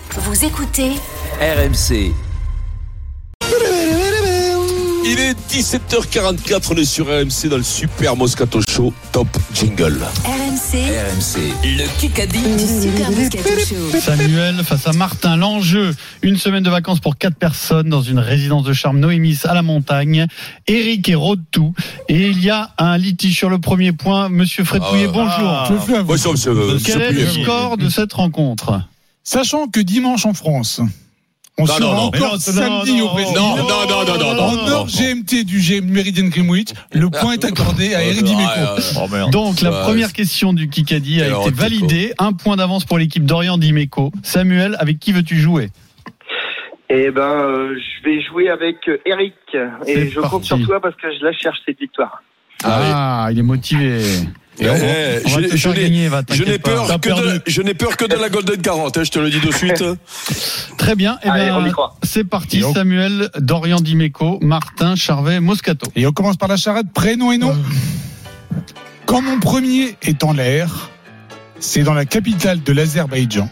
Vous écoutez RMC. Il est 17h44, on est sur RMC dans le Super Moscato Show. Top jingle. RMC, Le Kikadi du Super Moscato Show. Samuel face à Martin. L'enjeu, une semaine de vacances pour 4 personnes dans une résidence de charme Noémis à la montagne. Eric et Road tout. Et il y a un litige sur le premier point. Monsieur Fred Pouillet, bonjour. Quel est le score de cette rencontre? Sachant que dimanche en France, on sera encore samedi au Brésil. En heure GMT du Meridian Greenwich, le point est accordé à Eric Dimeco. Donc la première question du Kikadi a été validée. Un point d'avance pour l'équipe d'Orient Dimeco. Samuel, avec qui veux-tu jouer? Eh ben, je vais jouer avec Eric. Et je compte sur toi parce que je la cherche cette victoire. Il est motivé. Je n'ai peur que de la Golden Carotte, je te le dis de suite. Très bien. Allez, on y croit. C'est parti. Samuel, Dorian Dimeco, Martin, Charvet, Moscato. Et on commence par la charrette, prénom et nom. Quand mon premier est en l'air, c'est dans la capitale de l'Azerbaïdjan.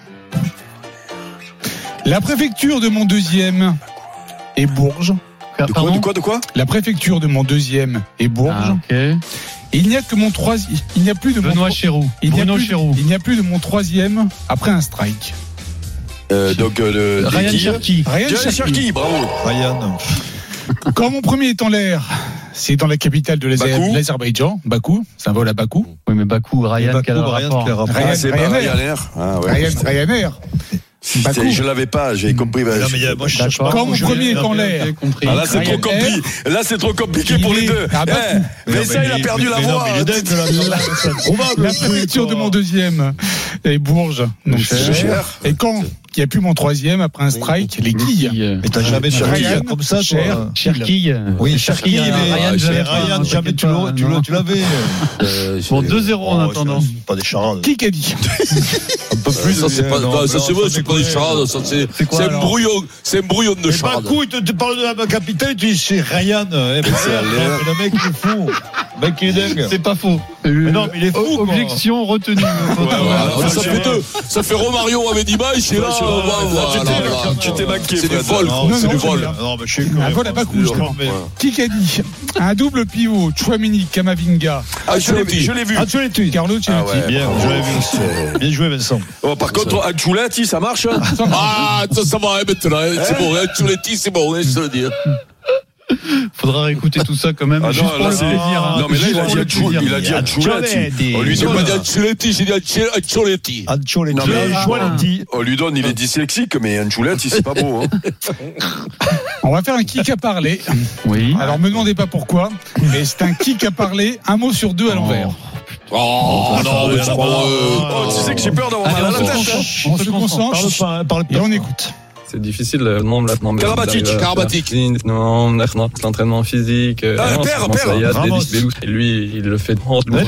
La préfecture de mon deuxième est Bourges. De quoi La préfecture de mon deuxième est Bourges. Il n'y a que mon troisième. Il n'y a plus de Benoît Chéroux. Il n'y a plus de mon troisième après un strike. Ryan Cherki. Bravo. Ryan. Quand mon premier est en l'air, c'est dans la capitale de l'Azerbaïdjan, Bakou. C'est un vol à Bakou. Oui, mais Bakou, Ryan, quel rapport? Ryanair. Je l'avais pas, j'ai compris. Quand mon premier est en l'air. Là, c'est trop compliqué pour les deux. Mais ça, il a perdu la voix. La préfecture de mon deuxième est Bourges. Donc cher. Et quand il n'y a plus mon troisième après un strike, les quilles. Mais t'as jamais Cherki comme ça, toi. Cherki. Oui, Cherki, mais Ryan, jamais tu l'avais. Bon, 2-0 en attendant. Pas des charades. Qui a dit? Un peu plus. Ça, c'est pas des charades. C'est un brouillon de charades. Bakou, il te parle de la capitale, tu dis c'est Ryan. Le mec, il est fou. Le mec, il est dingue. C'est pas faux. Mais non, mais il est fou. Objection retenue. Ça fait Romario avec Dimash. Et là, tu t'es manqué. C'est du vol. C'est du vol. Un vol à Bakou, justement. Qui a dit? Un double pivot, Chouamini, Kamavinga. Je l'ai vu. Carlo Ancelotti. Bien, je l'ai vu. Bien joué, Vincent. Par contre, Ancelotti, ça marche? Ça va maintenant. C'est bon, Ancelotti, c'est bon, je te le dis. Faudra réécouter tout ça quand même. Juste pour le plaisir. Non, mais là, il a dit Ancelotti. On lui dit pas Ancelotti, j'ai dit Ancelotti. On lui donne, il est dyslexique, mais Ancelotti, c'est pas beau. On va faire un kick à parler. Oui. Alors, me demandez pas pourquoi, mais c'est un kick à parler, un mot sur deux à l'envers. Non, mais c'est pas. Tu sais que j'ai peur d'avoir mal à la tête. On se concentre et on écoute. C'est difficile le monde maintenant. Karabatic. Non, l'entraînement physique. Et lui, il le fait.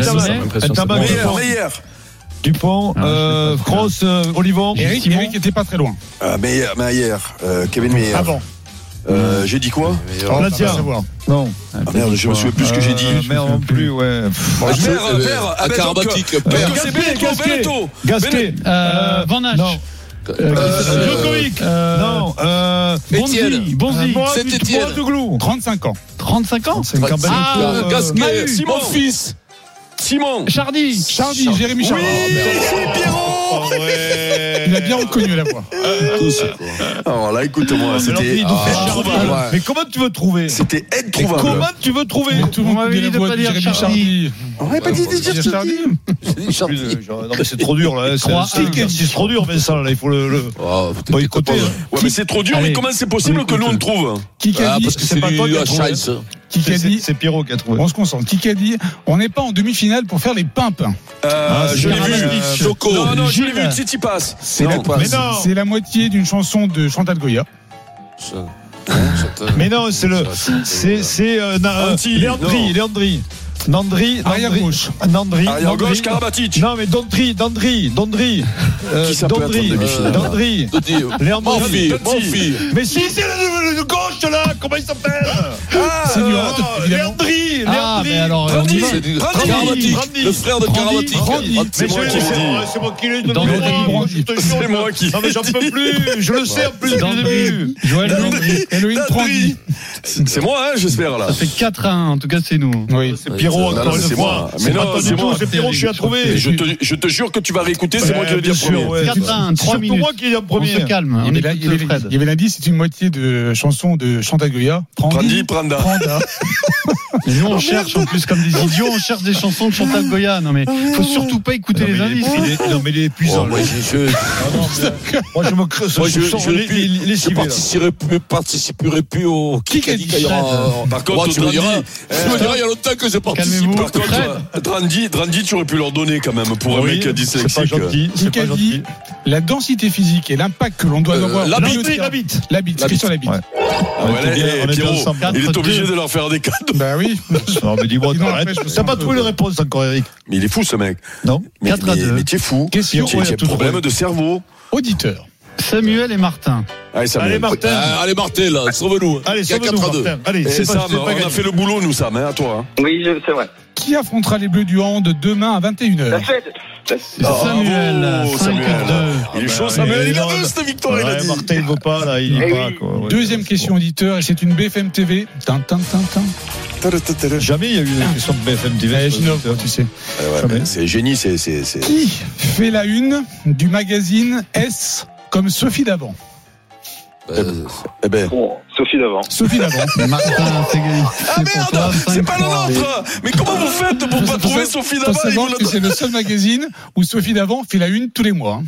Meilleur. Dupont, Kroos, Olivon. Eric était pas très loin. Meyer. Kevin Meyer. Avant. J'ai dit quoi? Non. Merde, je me souviens plus ce que j'ai dit. Merde non plus, ouais. Karabatic. Gasquet. Van Asch. Non. Djokovic. Non. Bonzi. Saint-Étienne. 35 ans. 35 ans? Gasquet. Simon Fils. Simon. Chardy, Jérémy Chardy. Oui, c'est Pierrot. Il a bien reconnu la voix. Alors là, écoute-moi, c'était introuvable. Mais comment tu veux trouver? C'était introuvable. Comment tu veux trouver? Tout le monde m'avait dit de pas dire Chardy. On n'avait pas dit Chardy. Non, mais c'est trop dur, là. C'est trop dur, Vincent, là. Il faut le boycotter. Ouais, mais c'est trop dur, mais comment c'est possible que nous on le trouve? Qui a dit? Parce que c'est pas toi qui a trouvé. Qui a dit? C'est Pierrot qui a trouvé. On se concentre. Qui a dit? On n'est pas en demi-finale pour faire les pimpins. Je l'ai vu. Choco. Non, je l'ai vu. Tsitsipas. C'est la moitié d'une chanson de Chantal Goya. Mais non, c'est Léandri. Arrière gauche. Arrière gauche, Karabatic. Non, mais Dondry. Qui ça peut être en demi-finale? Dondry. Mon fille. Mais si, c'est le gauche. là, comment il s'appelle? C'est du hand, évidemment. Léandri. Mais alors, on y va. Karabatic, le frère de Karabatic. C'est moi qui l'ai dit. C'est moi qui l'ai dit. C'est moi qui. Non, mais j'en peux plus. Je le sais en plus depuis le début. Joël Elohim Prandi. C'est moi, hein, j'espère, là. Ça fait 4-1, en tout cas, c'est nous. Oui. C'est Pierrot, encore une fois. Mais non, c'est moi. C'est Pierrot qui a trouvé. Je te jure que tu vas réécouter, c'est moi qui vais dire premier. 4-1, 3 minutes. C'est moi qui ai dit en On premier. se calme. Il y avait l'indice, c'est une moitié de chanson de Chantal Goya. Prandi, Pranda. Et nous, on cherche, en plus, comme des idiots, on cherche des chansons de Chantal Goya. Non, mais faut surtout pas écouter les indices. Non, mais il est épuisant. Moi, je me creuse. Moi, je participerai plus au Kikadi. Par contre, tu me diras, il y a longtemps que je participe. Par contre, Drandi, tu aurais pu leur donner quand même pour un mec dyslexique. C'est pas gentil. Kikadi, la densité physique et l'impact que l'on doit avoir. La bite. Christian Labitte. Pierrot, il est obligé de leur faire des cadeaux. Bah oui. Non, mais dis-moi, t'as pas trouvé les réponses encore, Eric. Mais il est fou, ce mec. Non. 4-2. Mais tu es fou. Question. Tu as un problème de cerveau. Auditeur. Samuel et Martin. Allez, Martin. Allez, Martin, là, sauve-nous. Allez, sauve-nous, Martin. Allez, c'est Sam, on a fait le boulot, nous, Sam, à toi. Oui, c'est vrai. Qui affrontera les Bleus du Hand demain à 21h? La fête. Samuel, 5-2. Il est chaud, Samuel, il a vu cette victoire, il a dit. Martin, il ne veut pas, là, il n'y va pas. Deuxième question auditeur, et c'est une BFM TV. Jamais il y a eu une question de BFM TV. Tu sais. C'est génie, c'est. Qui fait la une du magazine S comme Sophie d'avant? Sophie d'avant. Martin, c'est gagné. Ah merde, c'est pas le nôtre. Mais comment vous faites pour pas trouver Sophie d'avant? Faut savoir que c'est le seul magazine où Sophie d'avant fait la une tous les mois.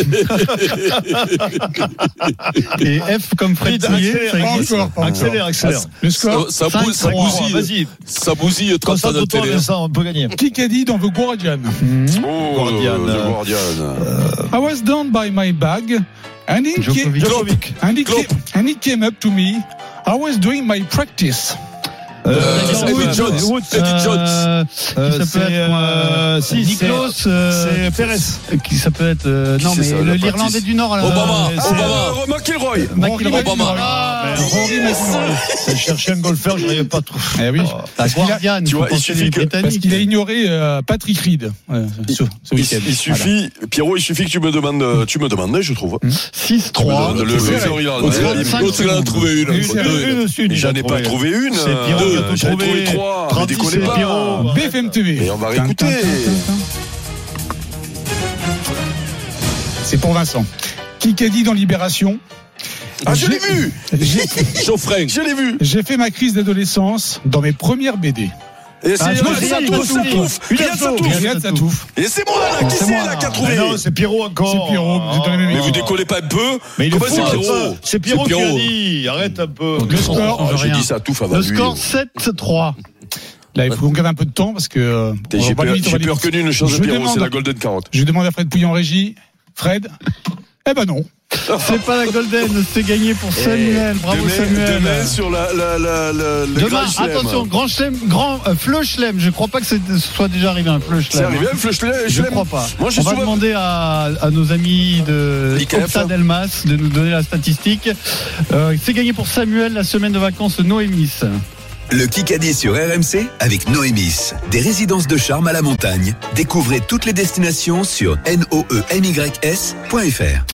Et F comme Fred. Accélère. Le score. Ça bousille. Vas-y. Ça bousille 30 ans de Concentre-toi, télé. Vincent, on peut gagner. Kikadi dans The Guardian. Guardian. I was down by my bag. And it came up to me. I was doing my practice. Eddie Jones. Niklos. C'est Pérez. Ça peut être. Non, mais l'Irlandais du Nord. Obama. McIlroy. Obama. Rory McIlroy. J'ai cherché un golfeur, je n'arrivais pas à trouver. Eh oui. Guardian. Tu vois, il suffit que. Parce qu'il a ignoré Patrick Reed ce week-end. Il suffit, Pierrot, il suffit que tu me demandes, je trouve. 6-3. L'autre, il en a trouvé une. J'en ai pas trouvé une. C'est Pierrot qui a tout J'en ai trouvé. trouvé 3. Mais déconnez pas. BFM TV. Et on va réécouter. C'est pour Vincent. Kikadi dans Libération. Ah, je l'ai vu. Geoffrey, je l'ai vu. J'ai fait ma crise d'adolescence dans mes premières BD. Et c'est Riyad Satouf. Et c'est moi là, qui a trouvé? Non, c'est Pierrot encore. C'est Pierrot. Mais vous décollez pas un peu? Mais il est Comment fou, c'est Pierrot? C'est Pierrot qui a dit. Arrête un peu. Le score. J'ai dit Satouf avant Le lui. score 7-3. Là, il faut qu'on garde un peu de temps parce que. J'ai plus reconnu une chose de Pierrot, c'est la Golden Carotte. Je demande à Fred Pouillon en régie. Fred? Eh ben non. C'est pas la Golden, c'est gagné pour Samuel. Bravo Samuel. Demain sur le Demain, attention, grand chelem, fleu chelem. Je crois pas que ce soit déjà arrivé un fleu chelem. C'est arrivé un fleu chelem? Je crois pas. Moi, on va demander à nos amis de Opta Delmas de nous donner la statistique. C'est gagné pour Samuel la semaine de vacances Noémis. Le Kikadi sur RMC avec Noémis. Des résidences de charme à la montagne. Découvrez toutes les destinations sur noemys.fr.